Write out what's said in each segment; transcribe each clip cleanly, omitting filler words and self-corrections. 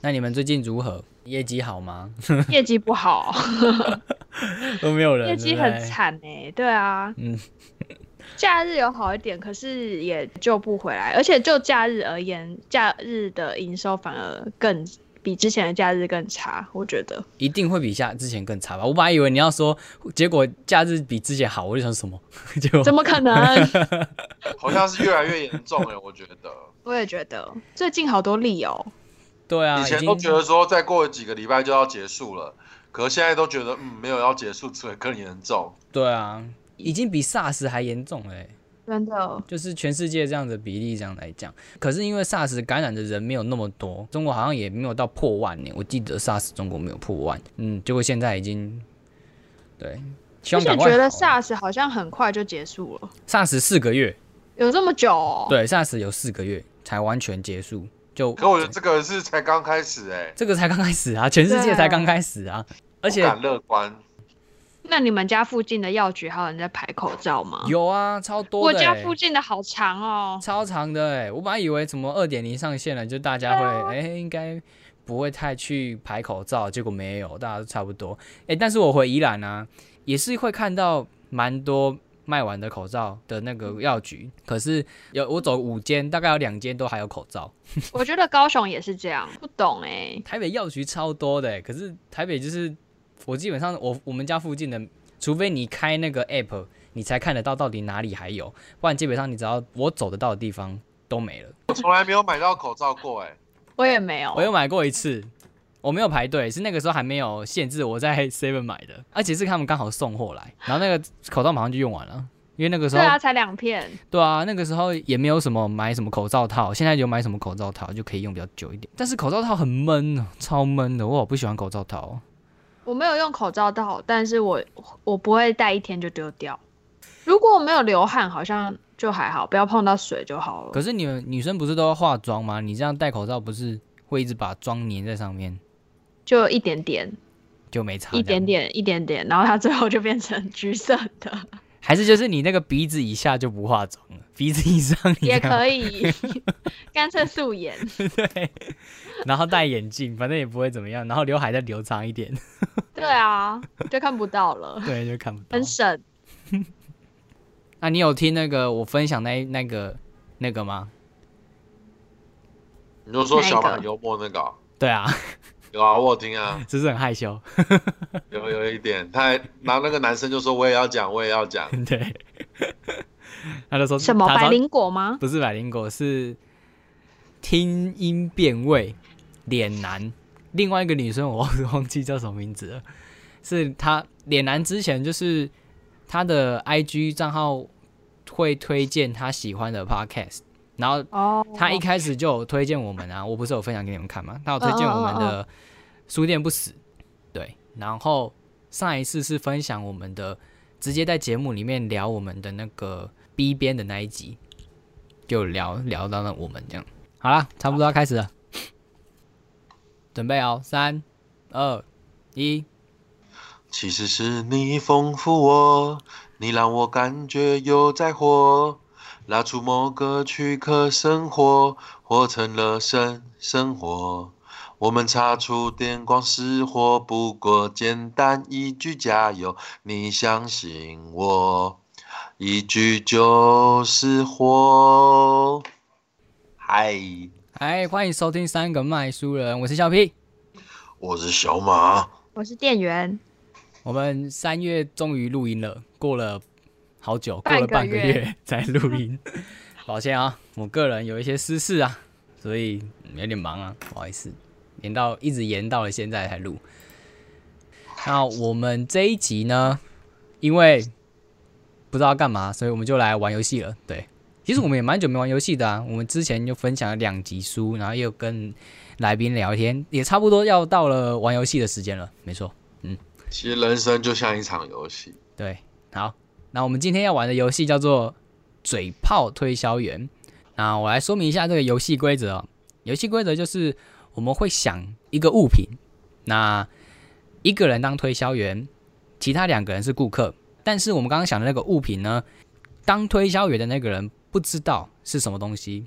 那你们最近如何？业绩好吗？ 业绩不好， 都没有人， 业绩很惨对啊，假日有好一点，可是也救不回来，而且就假日而言，假日的营收反而比之前的假日更差，我觉得一定会比之前更差吧。我本来以为你要说，结果假日比之前好，我就想什么？结果怎么可能？ 好像是越来越严重我觉得。 我也觉得最近好多例哦。 对啊， 以前都觉得说再过几个礼拜就要结束了，可是现在都觉得没有要结束，只会更严重。 对啊，已经比 SARS 还严重了真的， 就是全世界这样的比例这样来讲，可是因为 SARS 感染的人没有那么多，中国好像也没有到破万呢。我记得 SARS 中国没有破万，结果现在已经对，希望赶快好。 而且觉得 SARS 好像很快就结束了。 SARS 4个月， 有这么久哦？ 对 ，SARS 有4个月才完全结束。 可我觉得这个是才刚开始这个才刚开始啊，全世界才刚开始啊，而且不敢乐观。 那你们家附近的药局还有人在排口罩吗？ 有啊，超多的。 我家附近的好长哦， 超长的我本来以为什么2.0上线了，就大家会应该不会太去排口罩，结果没有，大家都差不多。但是我回宜兰啊，也是会看到蛮多卖完的口罩的那个药局，可是我走5间，大概有2间都还有口罩。 我觉得高雄也是这样，不懂台北药局超多的可是台北就是我基本上我们家附近的，除非你开那个 app， 你才看得到到底哪里还有，不然基本上你只要我走得到的地方都没了。 我从来没有买到口罩过我也没有， 我有买过一次。我没有排队，是那个时候还没有限制，我在 7 买的，而且是他们刚好送货来，然后那个口罩马上就用完了，因为那个时候对啊，才2片。 对啊，那个时候也没有什么买什么口罩套，现在有买什么口罩套就可以用比较久一点，但是口罩套很闷，超闷的，我好不喜欢口罩套。 我没有用口罩套，但是我不会戴1天就丢掉。如果我没有流汗，好像就还好，不要碰到水就好了。 可是你们女生不是都要化妆吗？你这样戴口罩不是会一直把妆粘在上面？ 就一点点， 就没差， 一点点，然后它最后就变成橘色的。 还是就是你那个鼻子以下就不化妆了，鼻子以上也可以，干脆素颜。 对，然后戴眼镜，反正也不会怎么样，然后刘海再留长一点。 对啊，就看不到了。 对，就看不到， 很省。 那你有听那个我分享那个吗？ 你就说小马很幽默那个对啊。 有啊，我有听啊， 是不是很害羞？ 有一点，然后那个男生就说我也要讲， 对，他就说什么百灵果吗？ 不是百灵果，是听音辨位脸男，另外一个女生我忘记叫什么名字了，是他脸男之前就是他的 IG 账号会推荐他喜欢的 podcast。然后他一开始就有推荐我们啊，我不是有分享给你们看吗？他有推荐我们的书店不死，对。然后上一次是分享我们的，直接在节目里面聊我们的那个 B 边的那一集，就聊到了我们这样。好啦，差不多要开始了，准备哦，3、2、1。 其实是你丰富我，你让我感觉有在活。拉出某个躯壳生活，活成了生活。我们擦出电光石火，不过简单一句加油，你相信我，一句就是火。嗨， 欢迎收听3个卖书人，我是小 P， 我是小马， 我是店员。 我们3月终于录音了，过了好久，过了半个月才录音，抱歉啊，我个人有一些私事啊，所以有点忙啊，不好意思，一直延到了现在才录。那我们这一集呢，因为不知道干嘛，所以我们就来玩游戏了。对，其实我们也蛮久没玩游戏的啊，我们之前就分享了2集书，然后又跟来宾聊天，也差不多要到了玩游戏的时间了，没错， 其实人生就像一场游戏。 对，好。那我们今天要玩的游戏叫做嘴炮推销员。那我来说明一下这个游戏规则哦。游戏规则就是我们会想一个物品，那一个人当推销员，其他2个人是顾客。但是我们刚刚想的那个物品呢，当推销员的那个人不知道是什么东西，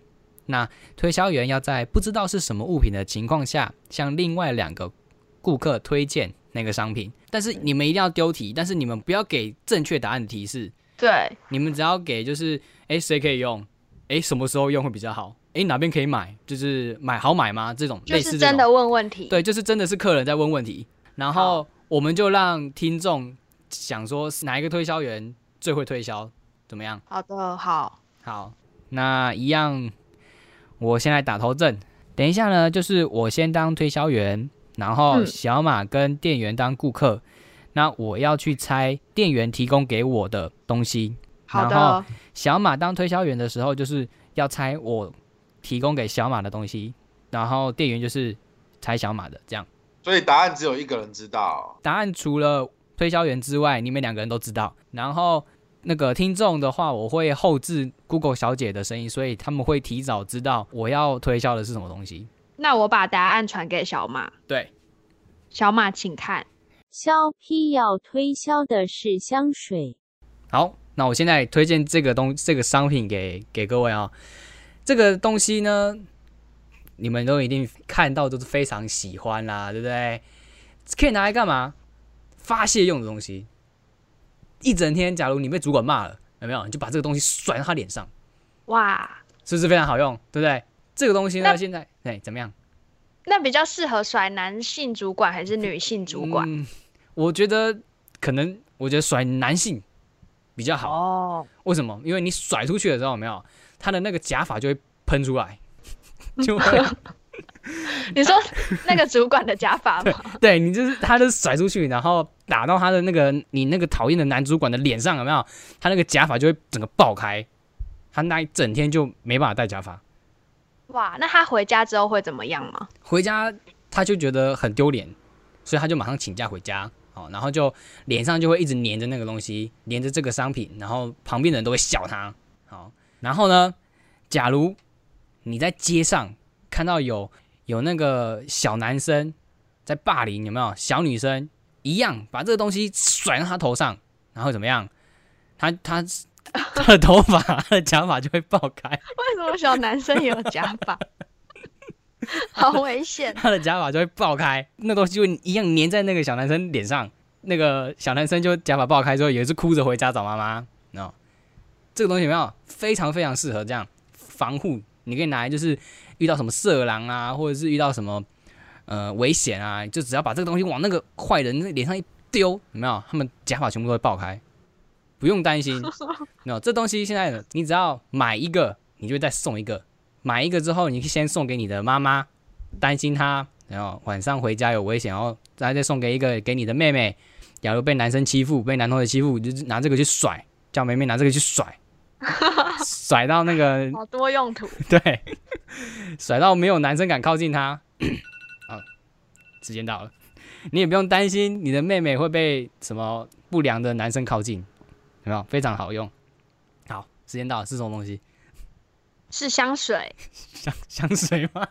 那推销员要在不知道是什么物品的情况下，向另外2个顾客推荐那个商品。但是你们一定要丢题，但是你们不要给正确答案的提示。 对， 你们只要给就是谁可以用，什么时候用会比较好，哪边可以买，就是好买吗？这种类似这种， 就是真的问问题。 对，就是真的是客人在问问题，然后我们就让听众想说哪一个推销员最会推销，怎么样？ 好的，好， 那一样，我先来打头阵。等一下呢，就是我先当推销员，然后小马跟店员当顾客。那我要去猜店员提供给我的东西。 好的。 然后小马当推销员的时候，就是要猜我提供给小马的东西，然后店员就是猜小马的，这样。 所以答案只有一个人知道。 答案除了推销员之外，你们2个人都知道。然后那个听众的话，我会后置 Google 小姐的声音，所以他们会提早知道我要推销的是什么东西。 那我把答案传给小马。 对， 小马请看。 肖 P 要推销的是香水。 好，那我现在推荐这个商品给各位啊。这个东西呢，你们都一定看到都是非常喜欢啦，对不对？可以拿来干嘛？发泄用的东西。一整天，假如你被主管骂了，有没有？你就把这个东西甩到他脸上， 哇， 是不是非常好用？对不对？这个东西呢，现在怎么样？ 那比较适合甩男性主管还是女性主管？ 我觉得甩男性比较好。 哦， 为什么？因为你甩出去的时候，有没有他的那个假发就会喷出来，就会。 你说那个主管的假发吗？ 对，你就是他就甩出去，然后打到他的你那个讨厌的男主管的脸上，有没有？他那个假发就会整个爆开，他那一整天就没办法戴假发。 哇，那他回家之后会怎么样吗？ 回家他就觉得很丢脸，所以他就马上请假回家。然后就脸上就会一直黏着那个东西，黏着这个商品，然后旁边的人都会笑他。好，然后呢，假如你在街上看到有那个小男生在霸凌，有没有？小女生一样把这个东西甩到他头上，然后怎么样？他的头发，他的假发就会爆开。 为什么小男生也有假发？好危险！ 他的假发就会爆开，那东西就一样粘在那个小男生脸上。那个小男生就假发爆开之后，也是哭着回家找妈妈。这个东西有没有非常非常适合这样防护？你可以拿来就是遇到什么色狼啊，或者是遇到什么危险啊，就只要把这个东西往那个坏人脸上一丢，有没有？他们假发全部都会爆开，不用担心。这东西现在你只要买一个，你就会再送一个。买一个之后，你先送给你的妈妈，担心她，然后晚上回家有危险，然后再送给给你的妹妹。假如被男生欺负，被男同学欺负，你就拿这个去甩，叫妹妹拿这个去甩，甩到那个好多用途。 对，甩到没有男生敢靠近她。好，时间到了，你也不用担心你的妹妹会被什么不良的男生靠近，有没有？非常好用。好，时间到了，是什么东西？ 是香水。 香水吗？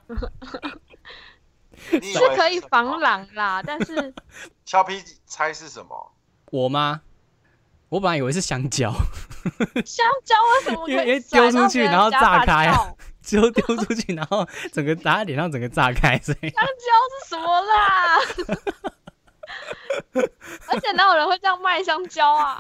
是可以防狼啦，但是肖 P 猜是什么？ 我吗？我本来以为是香蕉。 香蕉为什么可以因为丢出去然后炸开啊？就丢出去然后整个打在脸上，整个炸开。所以香蕉是什么啦？而且哪有人会这样卖香蕉啊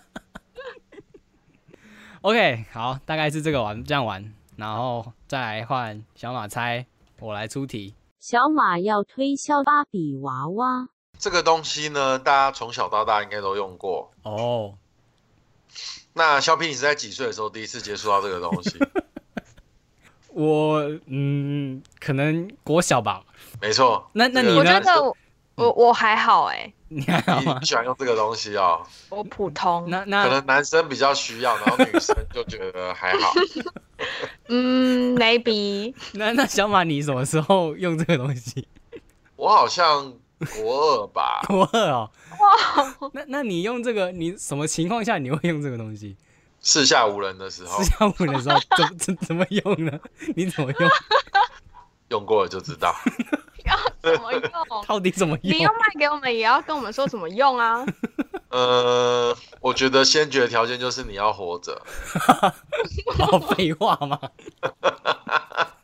？OK， 好，大概是这样玩，然后再来换小马猜，我来出题。 小马要推销芭比娃娃。 这个东西呢，大家从小到大应该都用过哦。 那肖 P 你是在几岁的时候第一次接触到这个东西？ 我可能国小吧。 没错。 那你呢？ 我觉得我还好你还好吗？ 你喜欢用这个东西哦？ 我普通。 可能男生比较需要，然后女生就觉得还好。 maybe。 那小马你什么时候用这个东西？ 我好像国2吧。 国2哦。哇。那你用这个，你什么情况下你会用这个东西？ 四下无人的时候。 四下无人的时候怎么用呢？你怎么用？ 用过了就知道。 要怎么用？ 到底怎么用？ 你要卖给我们，也要跟我们说怎么用啊。 我觉得先决条件就是你要活着。 好废话吗？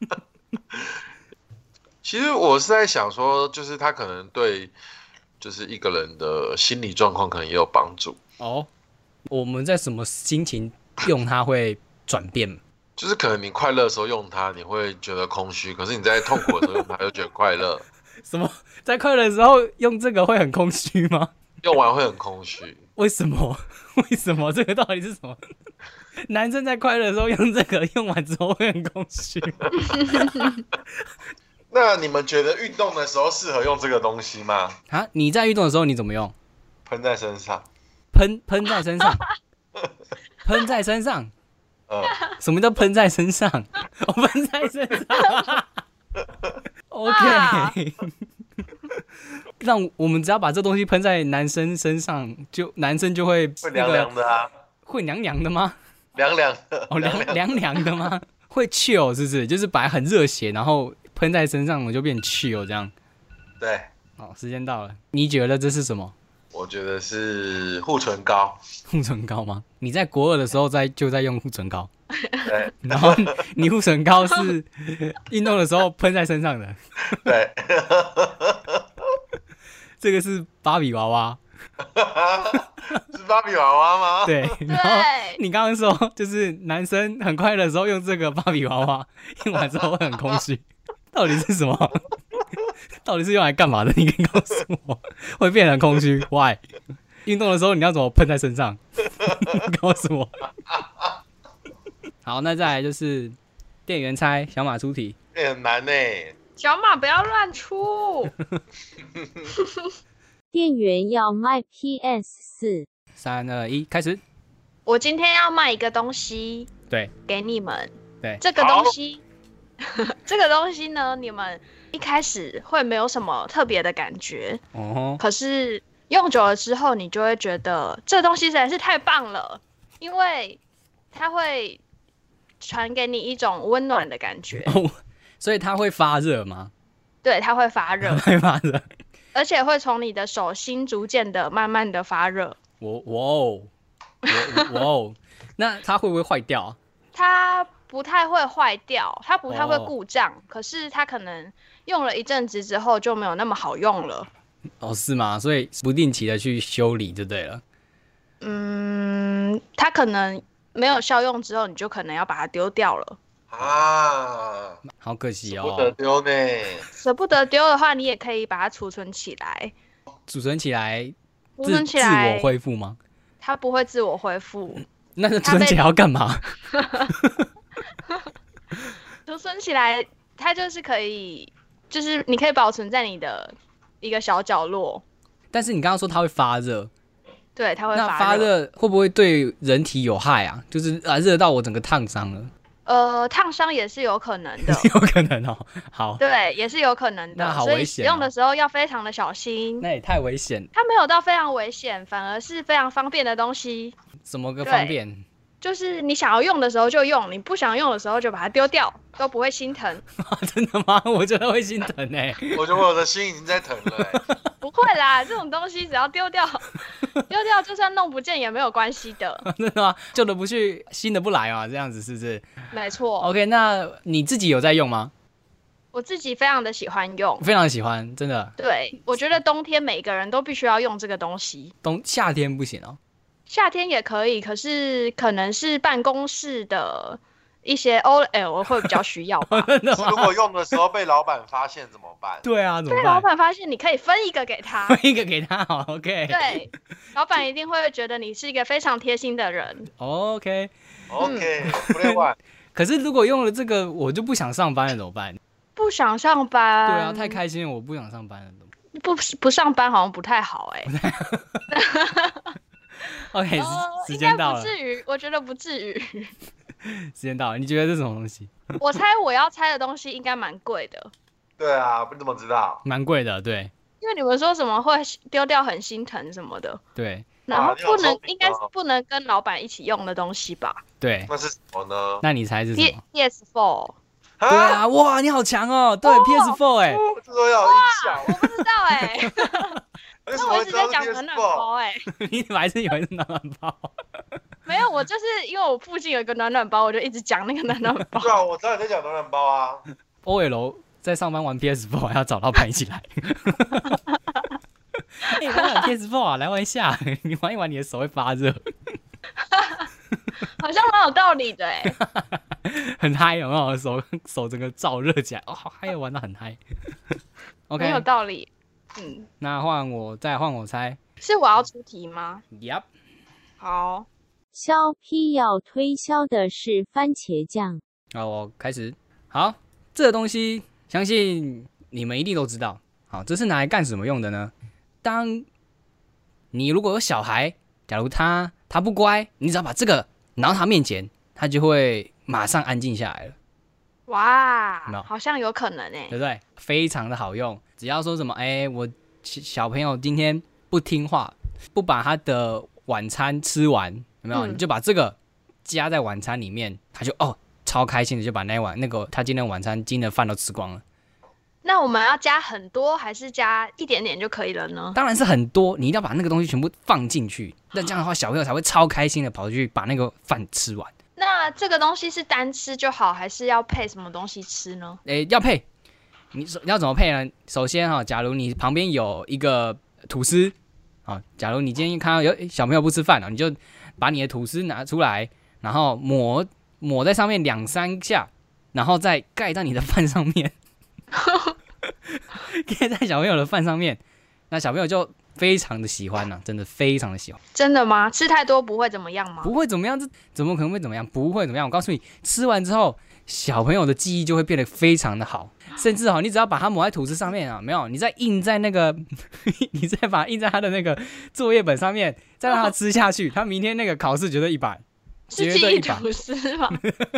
其实我是在想说，就是他可能对，就是一个人的心理状况可能也有帮助。 哦，我们在什么心情用它会转变？ 就是可能你快乐的时候用它，你会觉得空虚；可是你在痛苦的时候用它，又觉得快乐。 什么？在快乐的时候用这个会很空虚吗？ 用完会很空虚。 为什么？为什么？这个到底是什么？男生在快乐的时候用这个，用完之后会很空虚。 那你们觉得运动的时候适合用这个东西吗？ 啊？你在运动的时候你怎么用？ 喷在身上。 喷在身上。喷在身上。什么叫喷在身上？我喷在身上。OK。让我们只要把这东西喷在男生身上，男生就会凉凉的啊。 会凉凉的吗？ 凉凉的。 哦，凉凉的吗？会 chill 是不是？就是本来很热血，然后喷在身上我就变 chill 这样。 对。 好，时间到了，你觉得这是什么？ 我觉得是护唇膏。 护唇膏吗？你在国2的时候就在用护唇膏。 对。 然后你护唇膏是运动的时候喷在身上的。 对。 这个是芭比娃娃。 是芭比娃娃吗？ 对。然后你刚刚说就是男生很快乐的时候用这个芭比娃娃，用完之后会很空虚，到底是什么？到底是用来干嘛的？你可以告诉我。会变得很空虚 ，Why？ 运动的时候你要怎么喷在身上？告诉我。好，那再来就是店员猜，小马出题。 很难呢。 小马不要乱出。 店员要卖 PS4。 3、2、1，开始。 我今天要卖一个东西， 对， 给你们。 对， 这个东西，这个东西呢，你们一开始会没有什么特别的感觉，可是用久了之后，你就会觉得这东西实在是太棒了，因为它会传给你一种温暖的感觉。 所以它会发热吗？ 对，它会发热， 会发热， 而且会从你的手心逐渐的、慢慢的发热。 哇哦，那它会不会坏掉啊？ 它不太会坏掉，它不太会故障，可是它可能用了一阵子之后就没有那么好用了。 哦，是吗？所以不定期的去修理就对了。 它可能没有效用之后，你就可能要把它丢掉了。 啊， 好可惜哦， 舍不得丢呢。 舍不得丢的话，你也可以把它储存起来。 储存起来， 储存起来自我恢复吗？ 它不会自我恢复。 那储存起来要干嘛？ 储存起来，它就是可以，就是你可以保存在你的一个小角落。 但是你刚刚说它会发热， 对，它会发热。 那发热会不会对人体有害啊？就是热到我整个烫伤了。 烫伤也是有可能的， 有可能哦。好， 对，也是有可能的。 那好危险哦， 所以使用的时候要非常的小心。 那也太危险。 它没有到非常危险，反而是非常方便的东西。 什么个方便？ 就是你想要用的时候就用，你不想用的时候就把它丢掉，都不会心疼。 真的吗？我觉得会心疼欸。 我觉得我的心已经在疼了欸。 不会啦，这种东西只要丢掉，丢掉就算弄不见也没有关系的。 真的吗？旧的不去，新的不来嘛，这样子是不是？ 没错。 OK， 那你自己有在用吗？ 我自己非常的喜欢用， 非常喜欢，真的。 对，我觉得冬天每个人都必须要用这个东西。 夏天不行哦。 夏天也可以，可是可能是办公室的一些 OL 会比较需要吧。 如果用的时候被老板发现怎么办？ 对啊，怎么办？ 被老板发现，你可以分一个给他。 分一个给他，好 ，OK。 对，老板一定会觉得你是一个非常贴心的人。 OK， 不累完。 可是如果用了这个，我就不想上班了，怎么办？ 不想上班？ 对啊，太开心了，我不想上班了。 不上班好像不太好哎。 OK， 时间到了。 应该不至于，我觉得不至于。 时间到了，你觉得这是什么东西？ 我猜我要猜的东西应该蛮贵的。 对啊，你怎么知道？ 蛮贵的，对。 因为你们说什么会丢掉很心疼什么的。 对。 然后应该是不能跟老板一起用的东西吧？ 对。 那是什么呢？ 那你猜是什么 ？PS4。 对啊，哇，你好强哦！对 ，PS4 哎。 这都要音响。 我不知道哎。那我一直在讲暖暖包哎。 你还是以为是暖暖包？ 没有，我就是因为我附近有一个暖暖包，我就一直讲那个暖暖包。 对啊，我知道你在讲暖暖包啊。 OL 在上班玩 PS4 还要找到盘一起来。哎，玩 PS4 啊，来玩一下，你玩一玩你的手会发热。 好像蛮有道理的哎， 很嗨，有没有？手整个燥热起来，哦，好嗨，玩到很嗨。OK， 很有道理。 那再换我猜， 是我要出题吗 ？Yep。 好， 肖 P 要推销的是番茄酱。 好，我开始。好，这个东西相信你们一定都知道。好，这是拿来干什么用的呢？当你如果有小孩，假如他不乖，你只要把这个拿到他面前，他就会马上安静下来了。 哇，好像有可能哎， 对不对？非常的好用，只要说什么，我小朋友今天不听话，不把他的晚餐吃完，有没有？你就把这个加在晚餐里面，他就超开心的就把那个他今天晚餐今天的饭都吃光了。 那我们要加很多还是加一点点就可以了呢？ 当然是很多，你一定要把那个东西全部放进去，那这样的话小朋友才会超开心的跑去把那个饭吃完。 那这个东西是单吃就好，还是要配什么东西吃呢？ 要配，你要怎么配呢？首先假如你旁边有一个吐司，假如你今天看到有小朋友不吃饭，你就把你的吐司拿出来，然后抹在上面2-3下，然后再盖在你的饭上面，盖在小朋友的饭上面，那小朋友就非常的喜欢真的非常的喜欢。 真的吗？吃太多不会怎么样吗？ 不会怎么样，这怎么可能会怎么样？不会怎么样。我告诉你，吃完之后，小朋友的记忆就会变得非常的好，甚至你只要把它抹在吐司上面没有，你再印在那个，你再把它印在他的那个作业本上面，再让他吃下去，他明天那个考试绝对100，绝对100。 吐司吗？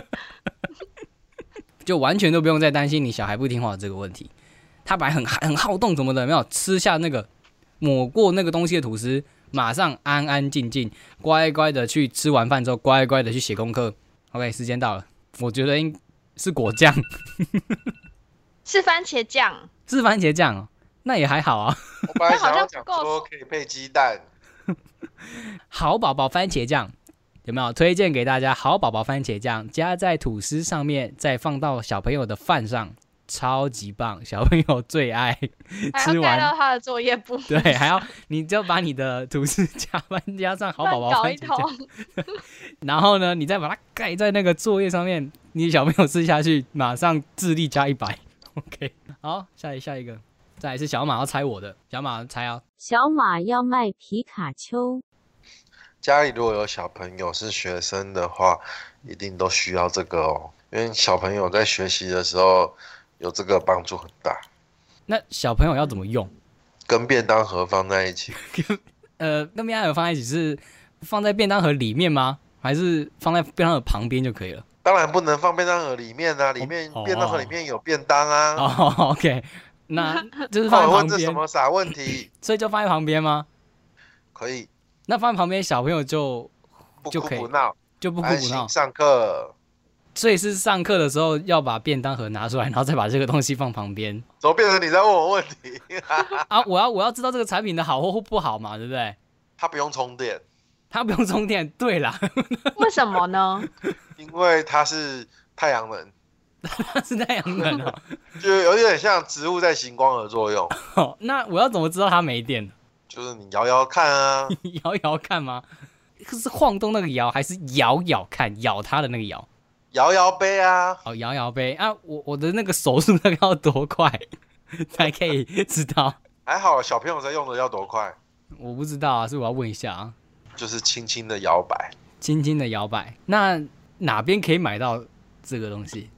就完全都不用再担心你小孩不听话的这个问题。他本来很好动怎么的，没有吃下那个抹过那个东西的吐司，马上安安静静乖乖的去吃完饭之后，乖乖的去写功课。OK， 时间到了，我觉得是果酱， 是番茄酱， 是番茄酱那也还好啊。 我本来想要讲说可以配鸡蛋。 好宝宝番茄酱有没有推荐给大家？好宝宝番茄酱加在吐司上面，再放到小朋友的饭上，超级棒，小朋友最爱。吃完还要盖到他的作业簿。 对，还要你就把你的吐司加上好宝宝番茄酱，然后呢，你再把它盖在那个作业上面，你小朋友吃下去，马上智力加100。OK， 好，下一个，再来是小马要猜我的，小马猜啊。 小马要卖皮卡丘。 家里如果有小朋友是学生的话，一定都需要这个因为小朋友在学习的时候有这个帮助很大。 那小朋友要怎么用？ 跟便当盒放在一起。 跟便当盒放在一起是放在便当盒里面吗？还是放在便当盒旁边就可以了？ 当然不能放便当盒里面啊，里面便当盒里面有便当啊。 OK， 那就是放在旁边。 问这什么傻问题？ 所以就放在旁边吗？ 可以。 那放在旁边，小朋友就可以不闹， 就不哭不闹。 上课。 所以是上课的时候要把便当盒拿出来，然后再把这个东西放旁边。 怎么变成你在问我问题？ 我要知道这个产品的好或不好嘛，对不对？ 它不用充电。 它不用充电，对啦。 为什么呢？ 因为它是太阳能。 它是太阳能就有点像植物在行光合作用。 那我要怎么知道它没电？ 就是你摇摇看啊。 摇摇看吗？是晃动那个摇，还是咬咬看，咬它的那个摇？ 摇摇杯啊。 摇摇杯啊！我的那个手速大概要多快才可以知道？ 还好小朋友在用的要多快？ 我不知道啊，所以我要问一下啊。 就是轻轻的摇摆， 轻轻的摇摆。那哪边可以买到这个东西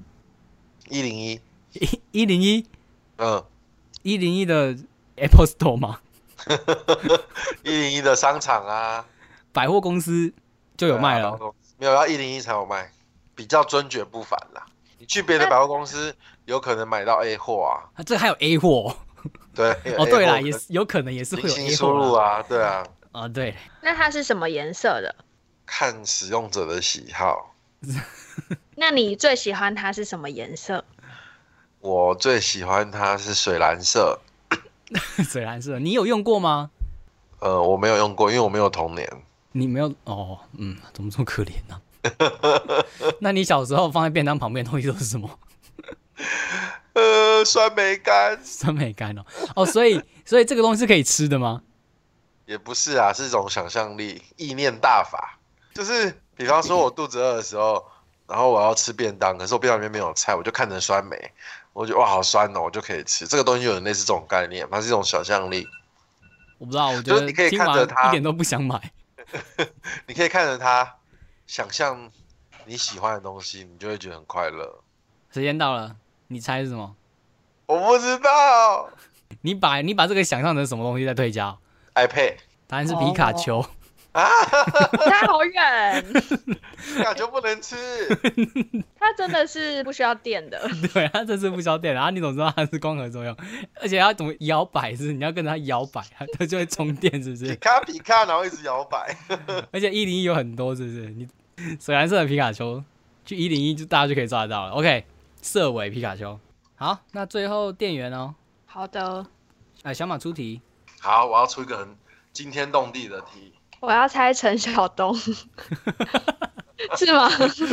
？101。 101。101的 Apple Store 吗 ？101的商场啊， 百货公司就有卖了。 没有，要101才有卖，比较尊爵不凡啦。你去别的百货公司，有可能买到 A 货啊。 这还有 A 货？ 对。 对啦，也是有可能也是会有 A 货输入啊，对啊。 对。 那它是什么颜色的？ 看使用者的喜好。 那你最喜欢它是什么颜色？ 我最喜欢它是水蓝色。 水蓝色，你有用过吗？ 我没有用过，因为我没有童年。 你没有怎么这么可怜呢？那你小时候放在便当旁边的东西都是什么？ 酸梅干。 酸梅干哦，所以这个东西是可以吃的吗？ 也不是啊，是一种想象力，意念大法。就是比方说我肚子饿的时候，然后我要吃便当，可是我便当里面没有菜，我就看成酸梅，我觉得哇好酸哦，我就可以吃。这个东西有点类似这种概念，它是一种想象力。 我不知道，我觉得就是你可以听完看着它一点都不想买。 你可以看着它，想象你喜欢的东西，你就会觉得很快乐。 时间到了，你猜是什么？ 我不知道。 你把这个想象成什么东西在推销？ iPad 答案是皮卡丘。 它好远， 皮卡丘不能吃。 它真的是不需要电的。 对，它这是不需要电的，然后你怎么知道它是光合作用？而且它怎么摇摆？是你要跟着它摇摆，它就会充电，是不是？ 皮卡，然后一直摇摆。 而且101有很多，是不是？你水蓝色的皮卡丘去101就大家就可以抓得到了。OK， 色尾皮卡丘。好，那最后店员哦。 好的， 小马出题。 好，我要出一个很惊天动地的题。 我要猜陈晓东，是吗？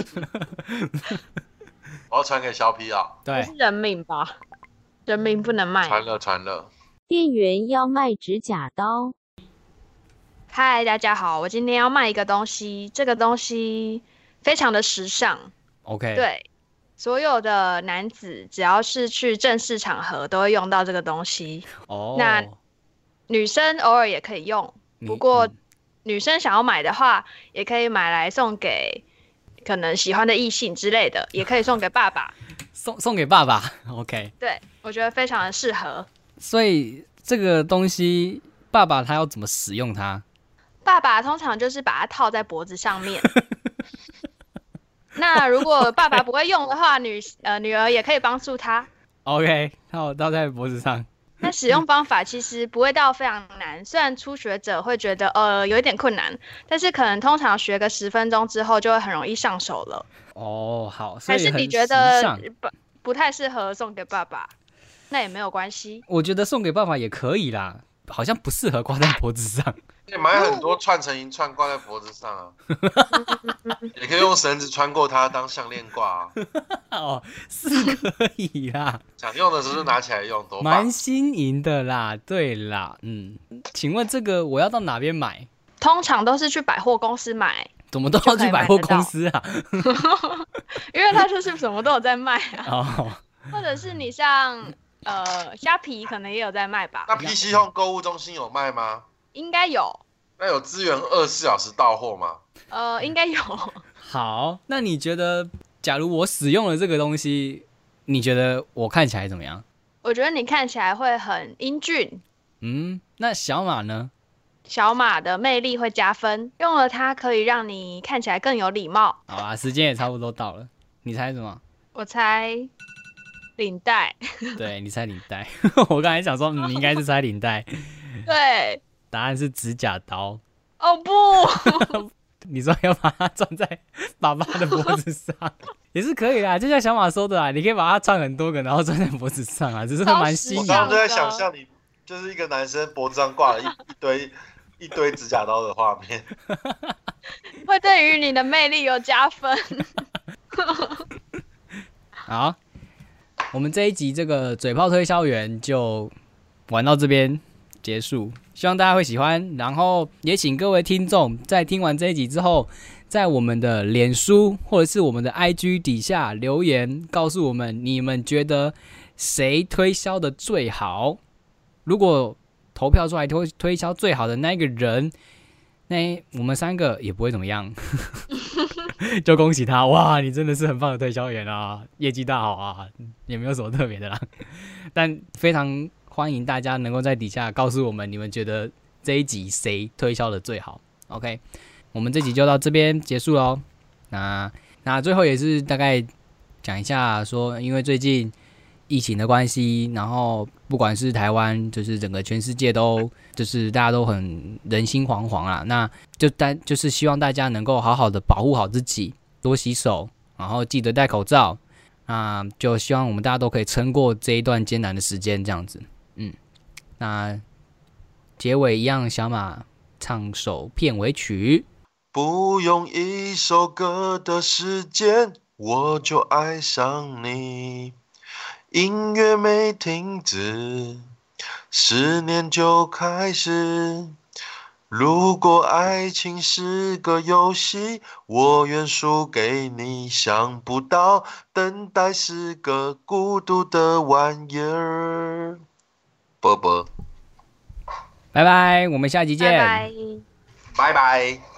我要传给小皮啊。 对， 是人名吧？人名不能卖。 传了。 店员要卖指甲刀。 嗨，大家好，我今天要卖一个东西，这个东西非常的时尚。 OK。 对，所有的男子只要是去正式场合都会用到这个东西。 哦。 那女生偶尔也可以用，不过女生想要买的话，也可以买来送给可能喜欢的异性之类的，也可以送给爸爸。 送给爸爸。OK。 对，我觉得非常的适合。 所以这个东西，爸爸他要怎么使用它？ 爸爸通常就是把它套在脖子上面。那如果爸爸不会用的话，女儿也可以帮助他。 OK， 套在脖子上。 那使用方法其实不会到非常难，虽然初学者会觉得有一点困难，但是可能通常学个10分钟之后就会很容易上手了。 哦，好，所以还是你觉得不太适合送给爸爸？那也没有关系。 我觉得送给爸爸也可以啦，好像不适合挂在脖子上。 可以买很多串成一串挂在脖子上啊，也可以用绳子穿过它当项链挂啊。 哦，是可以啦。 想用的时候就拿起来用，多棒！ 蛮新颖的啦，对啦，请问这个我要到哪边买？ 通常都是去百货公司买。 怎么都要去百货公司啊？ 因为它就是什么都有在卖啊。 哦。 或者是你像虾皮可能也有在卖吧？ 那 PC Home 购物中心有卖吗？ 应该有。 那有支援24小时到货吗？ 应该有。 好，那你觉得，假如我使用了这个东西，你觉得我看起来怎么样？ 我觉得你看起来会很英俊。 那小马呢？ 小马的魅力会加分，用了它可以让你看起来更有礼貌。 好啊，时间也差不多到了，你猜什么？ 我猜领带。 对，你猜领带。我刚才想说，你应该是猜领带。 对， 答案是指甲刀。 哦不， 你说要把它装在爸爸的脖子上，也是可以啦，就像小马说的啦，你可以把它串很多个，然后装在脖子上啊，只是会蛮新颖。 我刚刚就在想象你就是一个男生脖子上挂了一堆指甲刀的画面， 会对于你的魅力有加分。 好，我们这一集这个嘴炮推销员就玩到这边结束，希望大家会喜欢。然后也请各位听众在听完这一集之后，在我们的脸书或者是我们的 IG 底下留言，告诉我们你们觉得谁推销的最好。如果投票出来推销最好的那一个人，那我们3个也不会怎么样。就恭喜他，哇，你真的是很棒的推销员啊，业绩大好啊，也没有什么特别的啦。但非常欢迎大家能够在底下告诉我们，你们觉得这一集谁推销的最好 ？OK， 我们这集就到这边结束喽。那最后也是大概讲一下说，因为最近疫情的关系，然后不管是台湾，就是整个全世界都就是大家都很人心惶惶啦。那就是希望大家能够好好的保护好自己，多洗手，然后记得戴口罩。那就希望我们大家都可以撑过这一段艰难的时间，这样子。那结尾一样，小马唱首片尾曲。 不用一首歌的时间，我就爱上你。 音乐没停止，10年就开始。如果爱情是个游戏，我愿输给你。想不到等待是个孤独的玩意儿。啵啵， 拜拜，我们下集见。 拜拜。 拜拜。